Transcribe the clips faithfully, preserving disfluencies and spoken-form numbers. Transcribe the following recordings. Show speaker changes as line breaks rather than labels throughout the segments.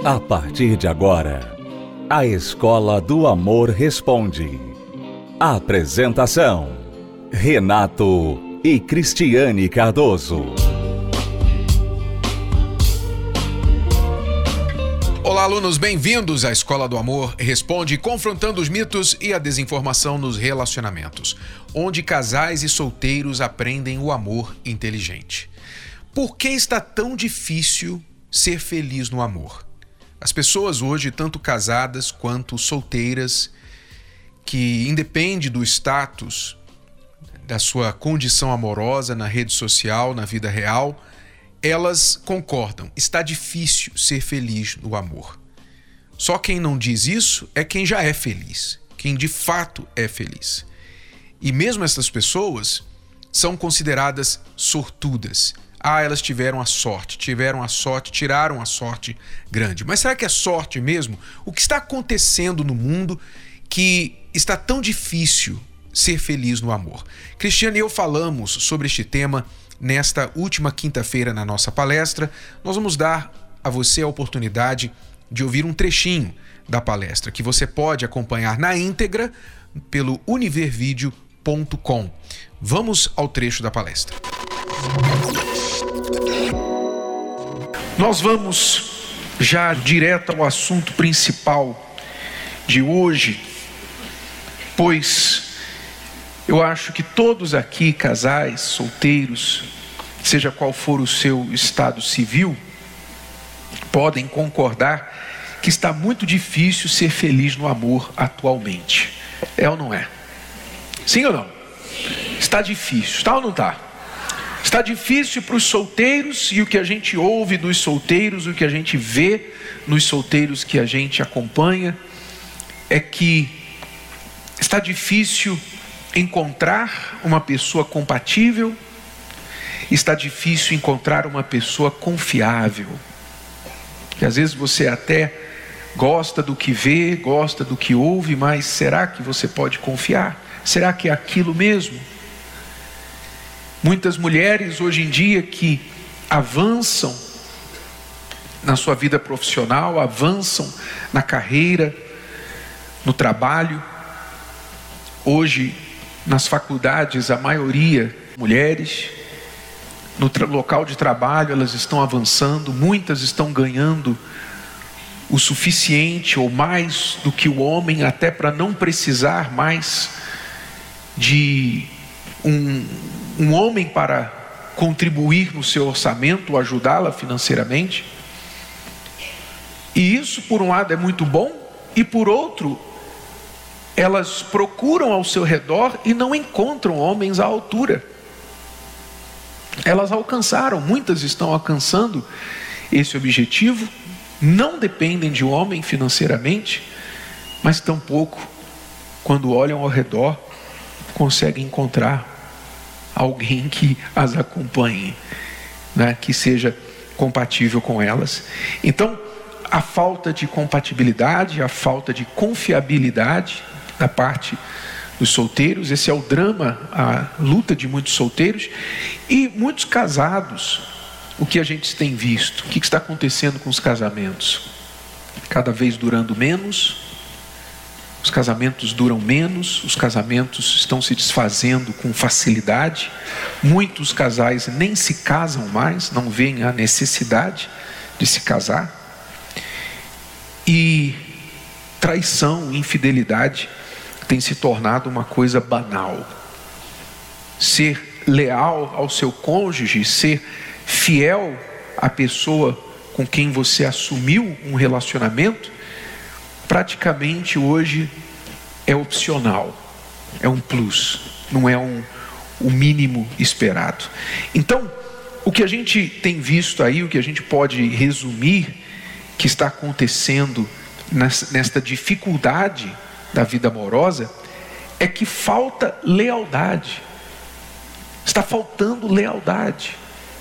A partir de agora, a Escola do Amor Responde. Apresentação: Renato e Cristiane Cardoso.
Olá, alunos, bem-vindos à Escola do Amor Responde, confrontando os mitos e a desinformação nos relacionamentos, onde casais e solteiros aprendem o amor inteligente. Por que está tão difícil ser feliz no amor? As pessoas hoje, tanto casadas quanto solteiras, que independe do status, da sua condição amorosa na rede social, na vida real, elas concordam, está difícil ser feliz no amor. Só quem não diz isso é quem já é feliz, quem de fato é feliz. E mesmo essas pessoas são consideradas sortudas. Ah, elas tiveram a sorte, tiveram a sorte, tiraram a sorte grande. Mas será que é sorte mesmo? O que está acontecendo no mundo que está tão difícil ser feliz no amor? Cristiane e eu falamos sobre este tema nesta última quinta-feira na nossa palestra. Nós vamos dar a você a oportunidade de ouvir um trechinho da palestra, que você pode acompanhar na íntegra pelo univervideo ponto com. Vamos ao trecho da palestra. Nós vamos já direto ao assunto principal de hoje, pois eu acho que todos aqui, casais, solteiros, seja qual for o seu estado civil, podem concordar que está muito difícil ser feliz no amor atualmente. É ou não é? Sim ou não? Está difícil, está ou não está? Está difícil para os solteiros, e o que a gente ouve dos solteiros, o que a gente vê nos solteiros que a gente acompanha, é que está difícil encontrar uma pessoa compatível, está difícil encontrar uma pessoa confiável. Que às vezes você até gosta do que vê, gosta do que ouve, mas será que você pode confiar? Será que é aquilo mesmo? Muitas mulheres hoje em dia que avançam na sua vida profissional, avançam na carreira, no trabalho. Hoje, nas faculdades, a maioria mulheres. No tra- local de trabalho, elas estão avançando, muitas estão ganhando o suficiente ou mais do que o homem, até para não precisar mais de um, um homem para contribuir no seu orçamento, ajudá-la financeiramente. E isso, por um lado, é muito bom, e por outro, elas procuram ao seu redor e não encontram homens à altura. Elas alcançaram, muitas estão alcançando esse objetivo, não dependem de homem financeiramente, mas tampouco, quando olham ao redor, conseguem encontrar alguém que as acompanhe, né, que seja compatível com elas. Então, a falta de compatibilidade, a falta de confiabilidade da parte dos solteiros, esse é o drama, a luta de muitos solteiros e muitos casados. O que a gente tem visto? O que está acontecendo com os casamentos? Cada vez durando menos, os casamentos duram menos, os casamentos estão se desfazendo com facilidade. Muitos casais nem se casam mais, não veem a necessidade de se casar. E traição, infidelidade tem se tornado uma coisa banal. Ser leal ao seu cônjuge, ser fiel à pessoa com quem você assumiu um relacionamento, praticamente hoje é opcional, é um plus, não é um, o mínimo esperado. Então, o que a gente tem visto aí, o que a gente pode resumir que está acontecendo nesta dificuldade da vida amorosa, é que falta lealdade. Está faltando lealdade.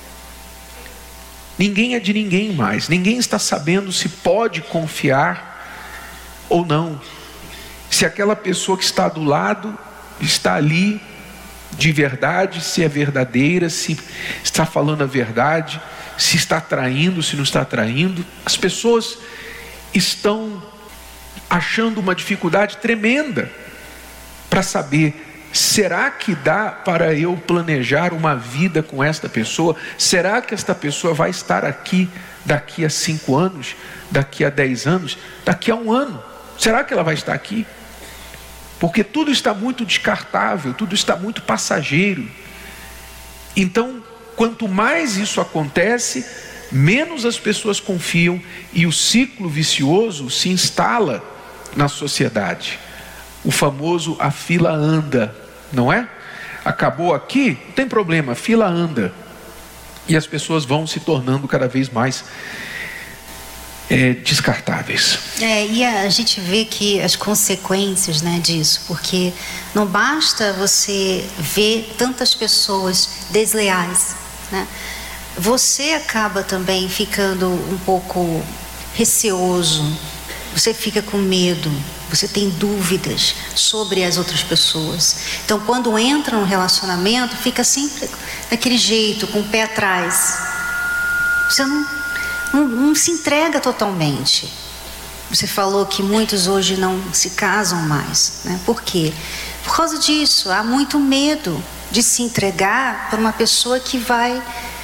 Ninguém é de ninguém mais. Ninguém está sabendo se pode confiar ou não. Se aquela pessoa que está do lado está ali de verdade, se é verdadeira, se está falando a verdade, se está traindo, se não está traindo. As pessoas
estão achando uma dificuldade tremenda para saber: será que dá para eu planejar uma vida com esta pessoa? Será que esta pessoa vai estar aqui daqui a cinco anos, daqui a dez anos, daqui a um ano? Será que ela vai estar aqui? Porque tudo está muito descartável, tudo está muito passageiro. Então, quanto mais isso acontece, menos as pessoas confiam e o ciclo vicioso se instala na sociedade. O famoso "a fila anda", não é? Acabou aqui, não tem problema, a fila anda. E as pessoas vão se tornando cada vez mais é, descartáveis.
É, e a gente vê que as consequências, né, disso, porque não basta você ver tantas pessoas desleais, né? Você acaba também ficando um pouco receoso, você fica com medo, você tem dúvidas sobre as outras pessoas. Então, quando entra num relacionamento, fica sempre daquele jeito, com o pé atrás. Você não, não, não se entrega totalmente. Você falou que muitos hoje não se casam mais, né? Por quê? Por causa disso, há muito medo de se entregar para uma pessoa que vai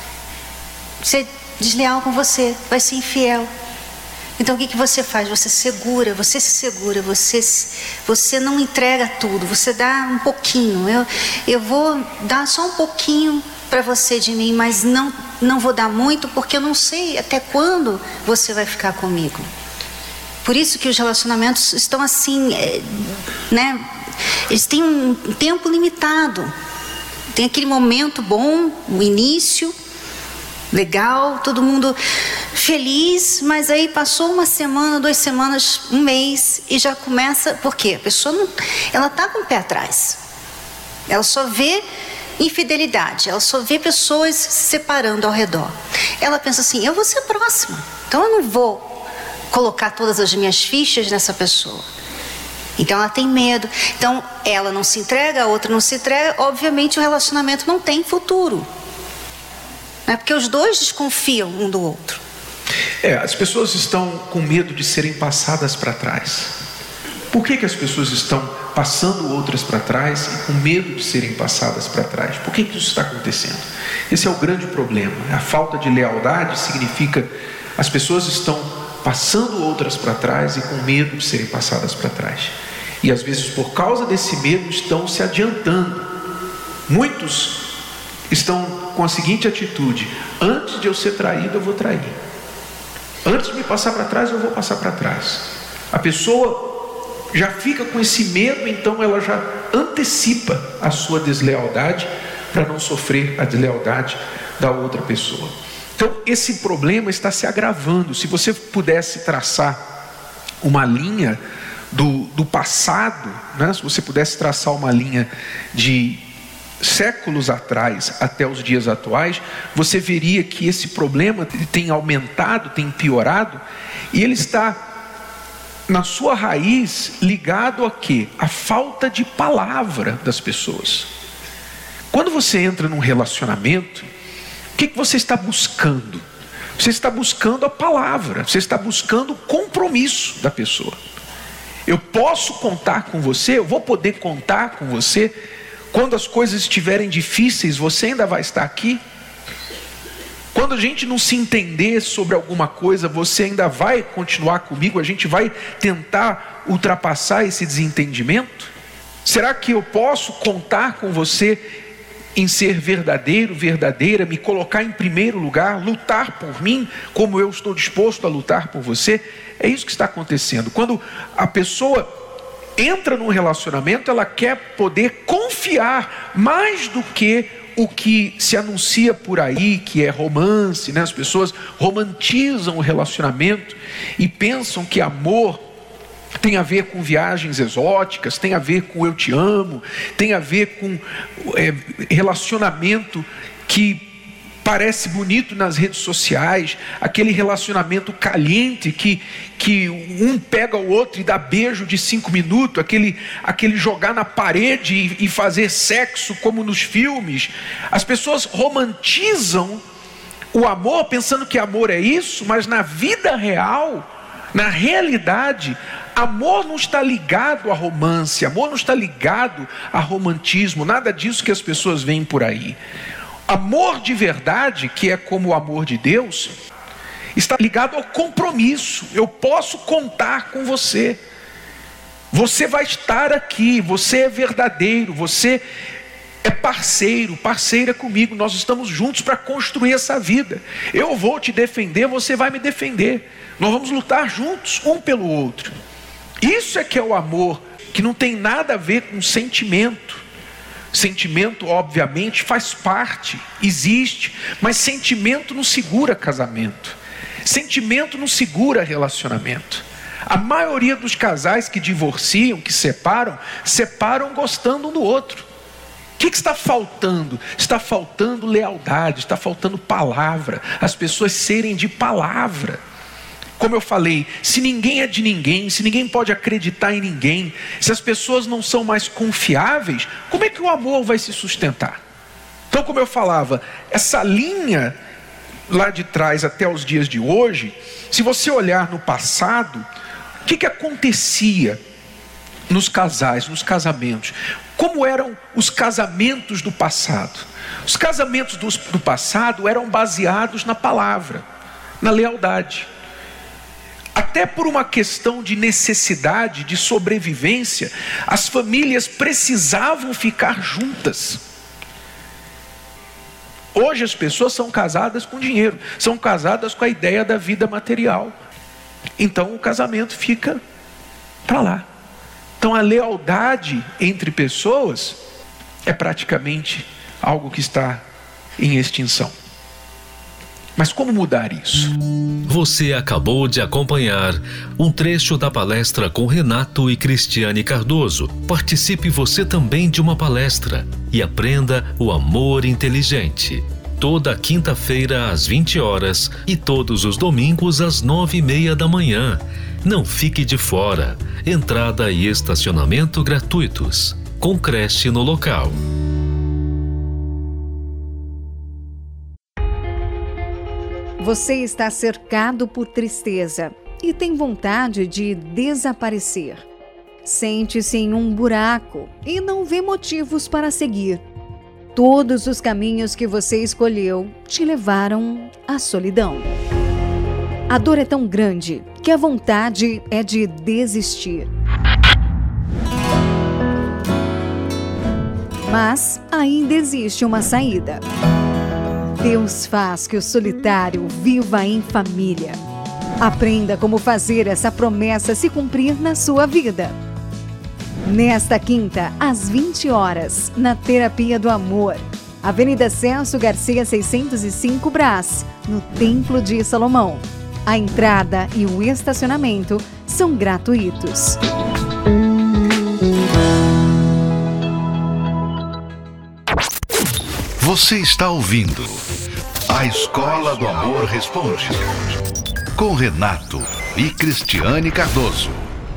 ser desleal com você, vai ser infiel. Então o que, que você faz? Você segura, você se segura, você, você não entrega tudo, você dá um pouquinho. Eu, eu vou dar só um pouquinho para você de mim, mas não, não vou dar muito, porque eu não sei até quando você vai ficar comigo. Por isso que os relacionamentos estão assim, né? Eles têm um tempo limitado. Tem aquele momento bom, o início, legal, todo mundo feliz, mas aí passou uma semana, duas semanas, um mês e já começa, por quê? A pessoa não, ela está com o pé atrás, ela só vê infidelidade, ela só vê pessoas se separando ao redor. Ela pensa assim: eu vou ser próxima, então eu não vou colocar todas as minhas fichas nessa pessoa. Então ela tem medo, então ela não se entrega, a outra não se entrega, obviamente o relacionamento não tem futuro. É porque os dois desconfiam um do outro.
É, as pessoas estão com medo de serem passadas para trás. Por que que as pessoas estão passando outras para trás e com medo de serem passadas para trás? Por que que isso está acontecendo? Esse é o grande problema. A falta de lealdade significa as pessoas estão passando outras para trás e com medo de serem passadas para trás. E às vezes, por causa desse medo, estão se adiantando. Muitos estão com a seguinte atitude: antes de eu ser traído, eu vou trair. Antes de me passar para trás, eu vou passar para trás. A pessoa já fica com esse medo, então ela já antecipa a sua deslealdade para não sofrer a deslealdade da outra pessoa. Então esse problema está se agravando. Se você pudesse traçar uma linha do, do passado, né? Se você pudesse traçar uma linha de séculos atrás até os dias atuais, você veria que esse problema tem aumentado, tem piorado, e ele está na sua raiz ligado a quê? A falta de palavra das pessoas. Quando você entra num relacionamento, o que que você está buscando? Você está buscando a palavra, você está buscando o compromisso da pessoa. Eu posso contar com você, eu vou poder contar com você. Quando as coisas estiverem difíceis, você ainda vai estar aqui? Quando a gente não se entender sobre alguma coisa, você ainda vai continuar comigo? A gente vai tentar ultrapassar esse desentendimento? Será que eu posso contar com você em ser verdadeiro, verdadeira, me colocar em primeiro lugar, lutar por mim como eu estou disposto a lutar por você? É isso que está acontecendo. Quando a pessoa entra num relacionamento, ela quer poder confiar mais do que o que se anuncia por aí, que é romance, né? As pessoas romantizam o relacionamento e pensam que amor tem a ver com viagens exóticas, tem a ver com eu te amo, tem a ver com é, relacionamento que parece bonito nas redes sociais, aquele relacionamento caliente que, que um pega o outro e dá beijo de cinco minutos, aquele, aquele jogar na parede e, e fazer sexo como nos filmes. As pessoas romantizam o amor pensando que amor é isso, mas na vida real, Na realidade, amor não está ligado a romance, amor não está ligado a romantismo, nada disso que as pessoas veem por aí. Amor de verdade, que é como o amor de Deus, está ligado ao compromisso. Eu posso contar com você. Você vai estar aqui, você é verdadeiro, você é parceiro, parceira comigo, nós estamos juntos para construir essa vida. Eu vou te defender, você vai me defender. Nós vamos lutar juntos, um pelo outro. Isso é que é o amor, que não tem nada a ver com sentimento. Sentimento, obviamente, faz parte, existe, mas sentimento não segura casamento. Sentimento não segura relacionamento. A maioria dos casais que divorciam, que separam, separam gostando um do outro. O que, que está faltando? Está faltando lealdade, está faltando palavra, as pessoas serem de palavra. Como eu falei, se ninguém é de ninguém, se ninguém pode acreditar em ninguém, se as pessoas não são mais confiáveis, como é que o amor vai se sustentar? Então, como eu falava, essa linha lá de trás até os dias de hoje, se você olhar no passado, o que, que acontecia nos casais, nos casamentos? Como eram os casamentos do passado? Os casamentos do, do passado eram baseados na palavra, na lealdade. Até por uma questão de necessidade, de sobrevivência, as famílias precisavam ficar juntas. Hoje as pessoas são casadas com dinheiro, são casadas com a ideia da vida material. Então o casamento fica para lá. Então a lealdade entre pessoas é praticamente algo que está em extinção. Mas como mudar isso?
Você acabou de acompanhar um trecho da palestra com Renato e Cristiane Cardoso. Participe você também de uma palestra e aprenda o amor inteligente. Toda quinta-feira às vinte horas e todos os domingos às nove e meia da manhã. Não fique de fora. Entrada e estacionamento gratuitos. Com creche no local.
Você está cercado por tristeza e tem vontade de desaparecer. Sente-se em um buraco e não vê motivos para seguir. Todos os caminhos que você escolheu te levaram à solidão. A dor é tão grande que a vontade é de desistir. Mas ainda existe uma saída. Deus faz que o solitário viva em família. Aprenda como fazer essa promessa se cumprir na sua vida. Nesta quinta, às vinte horas, na Terapia do Amor, Avenida Celso Garcia seiscentos e cinco Brás, no Templo de Salomão. A entrada e o estacionamento são gratuitos.
Você está ouvindo A Escola do Amor Responde, com Renato e Cristiane Cardoso.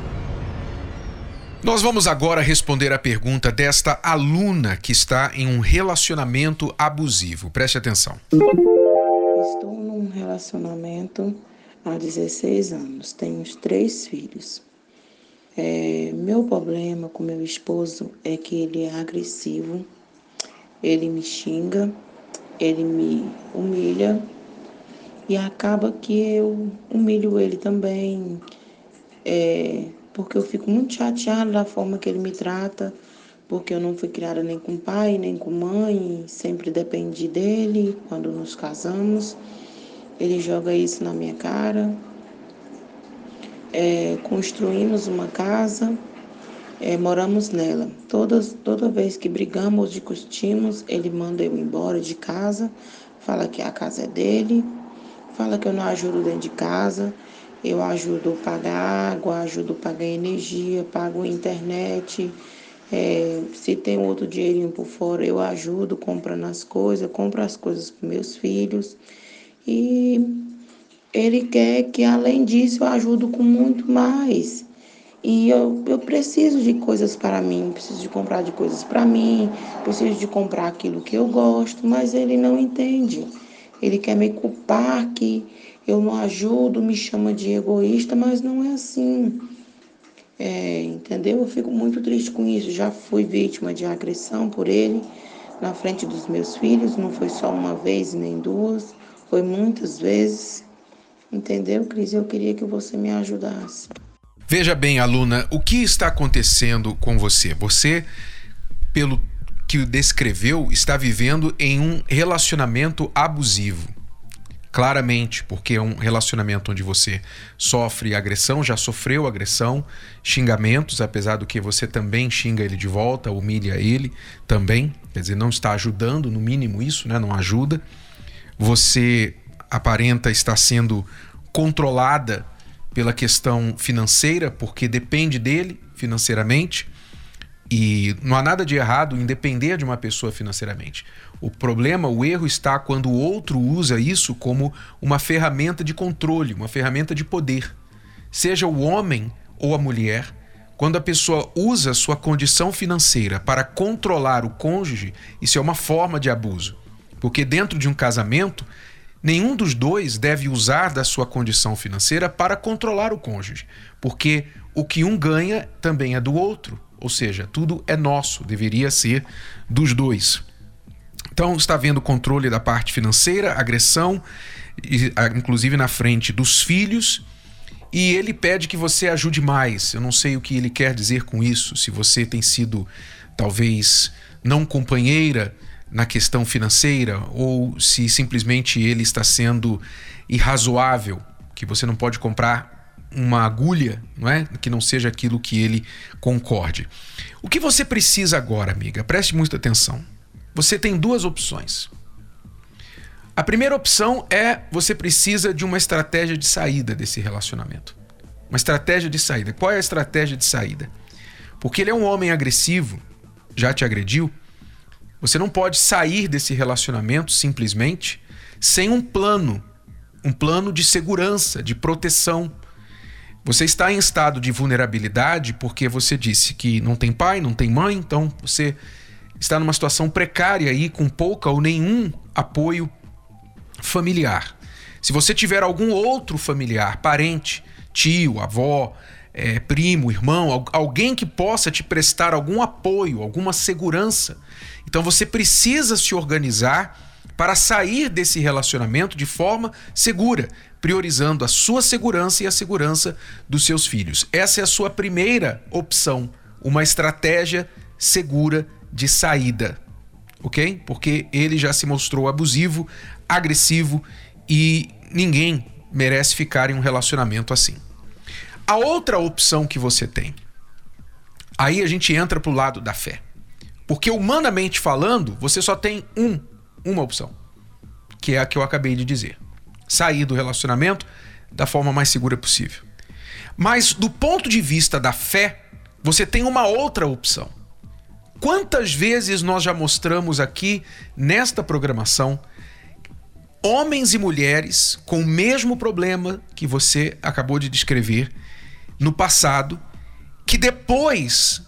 Nós vamos agora responder a pergunta desta aluna que está em um relacionamento abusivo. Preste atenção.
Estou num relacionamento há dezesseis anos. Tenho três filhos. É, meu problema com meu esposo é que ele é agressivo. Ele me xinga, ele me humilha e acaba que eu humilho ele também, é, porque eu fico muito chateada da forma que ele me trata, porque eu não fui criada nem com pai, nem com mãe, sempre dependi dele quando nos casamos. Ele joga isso na minha cara. É, construímos uma casa. É, moramos nela. Todas, toda vez que brigamos ou discutimos, ele manda eu embora de casa, fala que a casa é dele, fala que eu não ajudo dentro de casa, eu ajudo a pagar água, ajudo a pagar energia, pago internet, é, se tem outro dinheirinho por fora, eu ajudo comprando as coisas, compro as coisas para meus filhos. E ele quer que, além disso, eu ajudo com muito mais. E eu, eu preciso de coisas para mim, preciso de comprar de coisas para mim, preciso de comprar aquilo que eu gosto, mas ele não entende. Ele quer me culpar que eu não ajudo, me chama de egoísta, mas não é assim. É, entendeu? Eu fico muito triste com isso. Já fui vítima de agressão por ele na frente dos meus filhos. Não foi só uma vez nem duas, foi muitas vezes. Entendeu, Cris? Eu queria que você me ajudasse.
Veja bem, aluna, o que está acontecendo com você? Você, pelo que descreveu, está vivendo em um relacionamento abusivo. Claramente, porque é um relacionamento onde você sofre agressão, já sofreu agressão, xingamentos, apesar do que você também xinga ele de volta, humilha ele também, quer dizer, não está ajudando, no mínimo isso, né? Não ajuda. Você aparenta estar sendo controlada pela questão financeira, porque depende dele financeiramente, e não há nada de errado em depender de uma pessoa financeiramente. O problema, o erro está quando o outro usa isso como uma ferramenta de controle, uma ferramenta de poder. Seja o homem ou a mulher, quando a pessoa usa sua condição financeira para controlar o cônjuge, isso é uma forma de abuso. Porque dentro de um casamento, nenhum dos dois deve usar da sua condição financeira para controlar o cônjuge. Porque o que um ganha também é do outro. Ou seja, tudo é nosso, deveria ser dos dois. Então está havendo controle da parte financeira, agressão, inclusive na frente dos filhos, e ele pede que você ajude mais. Eu não sei o que ele quer dizer com isso, se você tem sido talvez não companheira na questão financeira, ou se simplesmente ele está sendo irrazoável, que você não pode comprar uma agulha, não é? Que não seja aquilo que ele concorde. O que você precisa agora, amiga? Preste muita atenção. Você tem duas opções. A primeira opção é você precisa de uma estratégia de saída desse relacionamento. Uma estratégia de saída. Qual é a estratégia de saída? Porque ele é um homem agressivo, já te agrediu. Você não pode sair desse relacionamento simplesmente sem um plano, um plano de segurança, de proteção. Você está em estado de vulnerabilidade porque você disse que não tem pai, não tem mãe, então você está numa situação precária aí, com pouca ou nenhum apoio familiar. Se você tiver algum outro familiar, parente, tio, avó, é, primo, irmão, alguém que possa te prestar algum apoio, alguma segurança, então você precisa se organizar para sair desse relacionamento de forma segura, priorizando a sua segurança e a segurança dos seus filhos. Essa é a sua primeira opção, uma estratégia segura de saída, ok? Porque ele já se mostrou abusivo, agressivo e ninguém merece ficar em um relacionamento assim. A outra opção que você tem, aí a gente entra para o lado da fé. Porque humanamente falando, você só tem um, uma opção, que é a que eu acabei de dizer. Sair do relacionamento da forma mais segura possível. Mas do ponto de vista da fé, você tem uma outra opção. Quantas vezes nós já mostramos aqui nesta programação homens e mulheres com o mesmo problema que você acabou de descrever no passado, que depois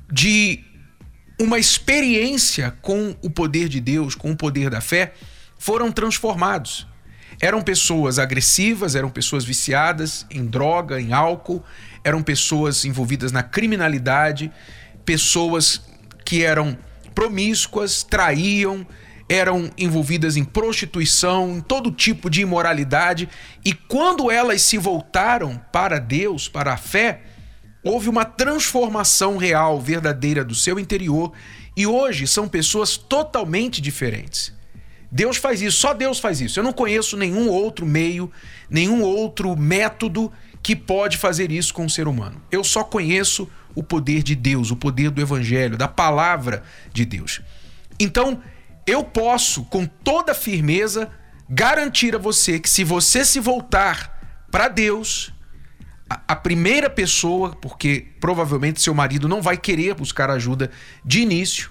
de uma experiência com o poder de Deus, com o poder da fé, foram transformados. Eram pessoas agressivas, eram pessoas viciadas em droga, em álcool, eram pessoas envolvidas na criminalidade, pessoas que eram promíscuas, traíam, eram envolvidas em prostituição, em todo tipo de imoralidade. E quando elas se voltaram para Deus, para a fé, houve uma transformação real, verdadeira do seu interior, e hoje são pessoas totalmente diferentes. Deus faz isso, só Deus faz isso. Eu não conheço nenhum outro meio, nenhum outro método que pode fazer isso com o ser humano. Eu só conheço o poder de Deus, o poder do Evangelho, da palavra de Deus. Então, eu posso, com toda firmeza, garantir a você que se você se voltar para Deus, a, a primeira pessoa, porque provavelmente seu marido não vai querer buscar ajuda de início,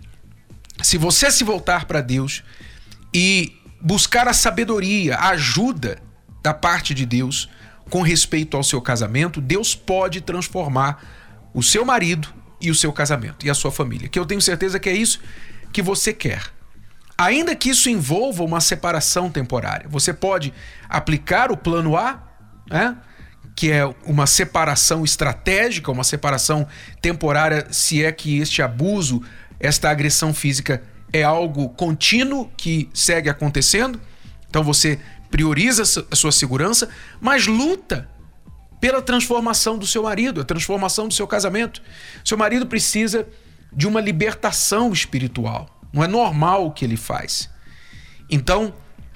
se você se voltar para Deus e buscar a sabedoria, a ajuda da parte de Deus com respeito ao seu casamento, Deus pode transformar o seu marido e o seu casamento e a sua família, que eu tenho certeza que é isso que você quer. Ainda que isso envolva uma separação temporária. Você pode aplicar o plano A, né? Que é uma separação estratégica, uma separação temporária, se é que este abuso, esta agressão física é algo contínuo que segue acontecendo. Então você prioriza a sua segurança, mas luta pela transformação do seu marido, a transformação do seu casamento. Seu marido precisa de uma libertação espiritual. Não é normal o que ele faz. Então,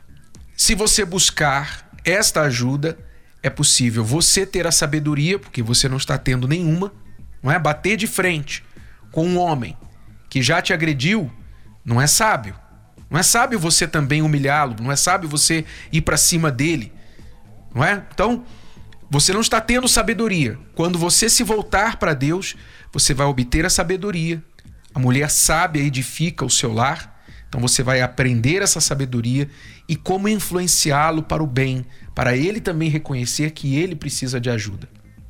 se você buscar esta ajuda, é possível você ter a sabedoria, porque você não está tendo nenhuma, não é? Bater de frente com um homem que já te agrediu não é sábio. Não é sábio você também humilhá-lo, não é sábio você ir para cima dele, não é? Então, você não está tendo sabedoria. Quando você se voltar para Deus, você vai obter a sabedoria. A mulher sábia edifica o seu lar, então você vai aprender essa sabedoria e como influenciá-lo para o bem, para ele também reconhecer que ele precisa de ajuda.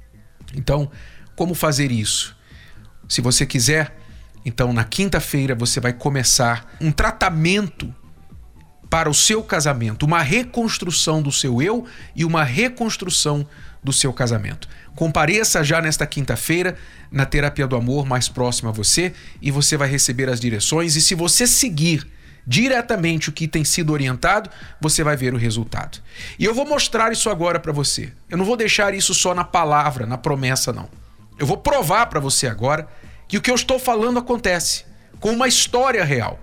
Então, como fazer isso? Se você quiser, então na quinta-feira você vai começar um tratamento para o seu casamento, uma reconstrução do seu eu e uma reconstrução do seu casamento. Compareça já nesta quinta-feira na Terapia do Amor mais próxima a você e você vai receber as direções, e se você seguir diretamente o que tem sido orientado, você vai ver o resultado. E eu vou mostrar isso agora para você. Eu não vou deixar isso só na palavra, na promessa, não. Eu vou provar para você agora que o que eu estou falando acontece, com uma história real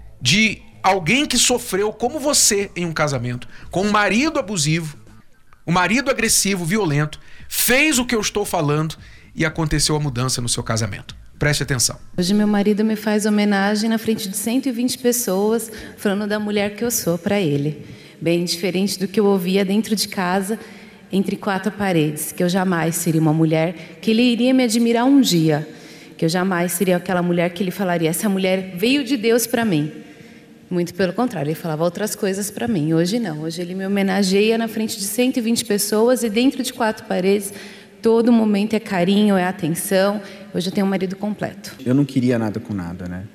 de alguém que sofreu como você em um casamento, com um marido abusivo, um marido agressivo, violento, fez o que eu estou falando e aconteceu a mudança no seu casamento. Preste atenção.
Hoje meu marido me faz homenagem na frente de cento e vinte pessoas, falando da mulher que eu sou para ele. Bem diferente do que eu ouvia dentro de casa, entre quatro paredes, que eu jamais seria uma mulher que ele iria me admirar um dia, que eu jamais seria aquela mulher que ele falaria, essa mulher veio de Deus para mim. Muito pelo contrário, ele falava outras coisas para mim. Hoje não, hoje ele me homenageia na frente de cento e vinte pessoas e dentro de quatro paredes, todo momento é carinho, é atenção. Hoje eu tenho um marido completo.
Eu não queria nada com nada, né?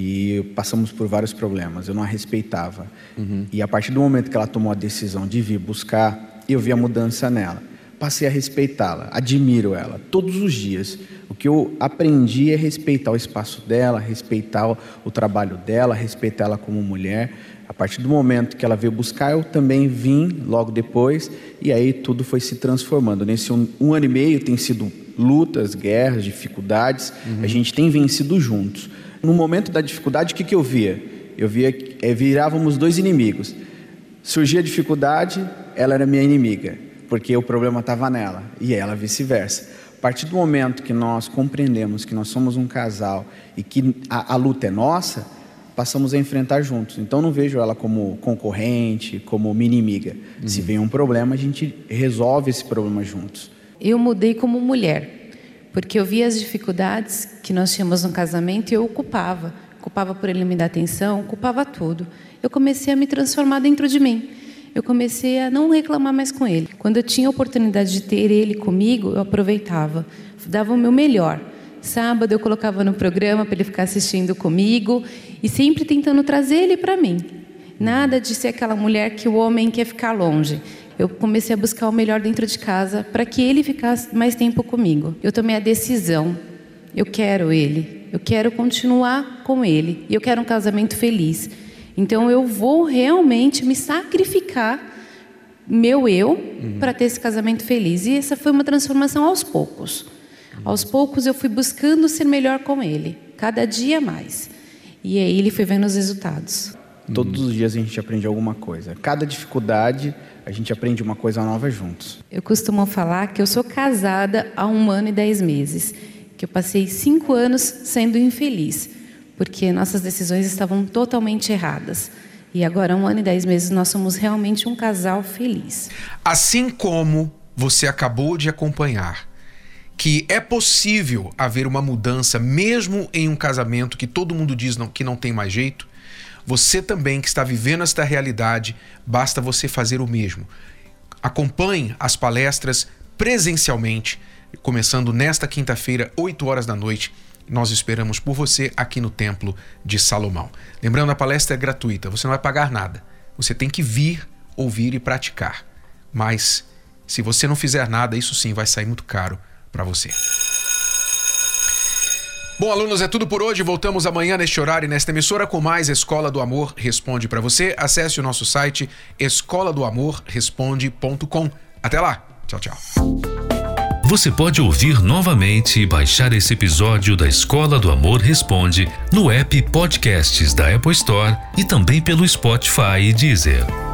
E passamos por vários problemas, eu não a respeitava. Uhum. E a partir do momento que ela tomou a decisão de vir buscar, eu vi a mudança nela. Passei a respeitá-la, admiro ela, todos os dias. O que eu aprendi é respeitar o espaço dela, respeitar o, o trabalho dela, respeitar ela como mulher. A partir do momento que ela veio buscar, eu também vim logo depois, e aí tudo foi se transformando. Nesse um, um ano e meio tem sido lutas, guerras, dificuldades, uhum. A gente tem vencido juntos. No momento da dificuldade, o que, que eu via? Eu via que é, virávamos dois inimigos. Surgia a dificuldade, ela era minha inimiga, porque o problema estava nela, e ela vice-versa. A partir do momento que nós compreendemos que nós somos um casal e que a, a luta é nossa, passamos a enfrentar juntos. Então não vejo ela como concorrente, como minha inimiga. Uhum. Se vem um problema, a gente resolve esse problema juntos.
Eu mudei como mulher, porque eu via as dificuldades que nós tínhamos no casamento e eu ocupava. Ocupava por ele me dar atenção, ocupava tudo. Eu comecei a me transformar dentro de mim. Eu comecei a não reclamar mais com ele. Quando eu tinha a oportunidade de ter ele comigo, eu aproveitava. Dava o meu melhor. Sábado eu colocava no programa para ele ficar assistindo comigo e sempre tentando trazer ele para mim. Nada de ser aquela mulher que o homem quer ficar longe. Eu comecei a buscar o melhor dentro de casa para que ele ficasse mais tempo comigo. Eu tomei a decisão. Eu quero ele. Eu quero continuar com ele. E eu quero um casamento feliz. Então eu vou realmente me sacrificar, meu eu, uhum. para ter esse casamento feliz. E essa foi uma transformação aos poucos. Uhum. Aos poucos eu fui buscando ser melhor com ele, cada dia mais. E aí ele foi vendo os resultados.
Todos os dias a gente aprende alguma coisa. Cada dificuldade a gente aprende uma coisa nova juntos.
Eu costumo falar que eu sou casada há um ano e dez meses. Que eu passei cinco anos sendo infeliz. Porque nossas decisões estavam totalmente erradas. E agora, um ano e dez meses, nós somos realmente um casal feliz.
Assim como você acabou de acompanhar, que é possível haver uma mudança mesmo em um casamento que todo mundo diz não, que não tem mais jeito, você também que está vivendo esta realidade, basta você fazer o mesmo. Acompanhe as palestras presencialmente, começando nesta quinta-feira, oito horas da noite, nós esperamos por você aqui no Templo de Salomão. Lembrando, a palestra é gratuita, você não vai pagar nada. Você tem que vir, ouvir e praticar. Mas se você não fizer nada, isso sim vai sair muito caro para você. Bom, alunos, é tudo por hoje. Voltamos amanhã neste horário e nesta emissora com mais Escola do Amor Responde para você. Acesse o nosso site escola do amor responde ponto com. Até lá. Tchau, tchau.
Você pode ouvir novamente e baixar esse episódio da Escola do Amor Responde no app Podcasts da Apple Store e também pelo Spotify e Deezer.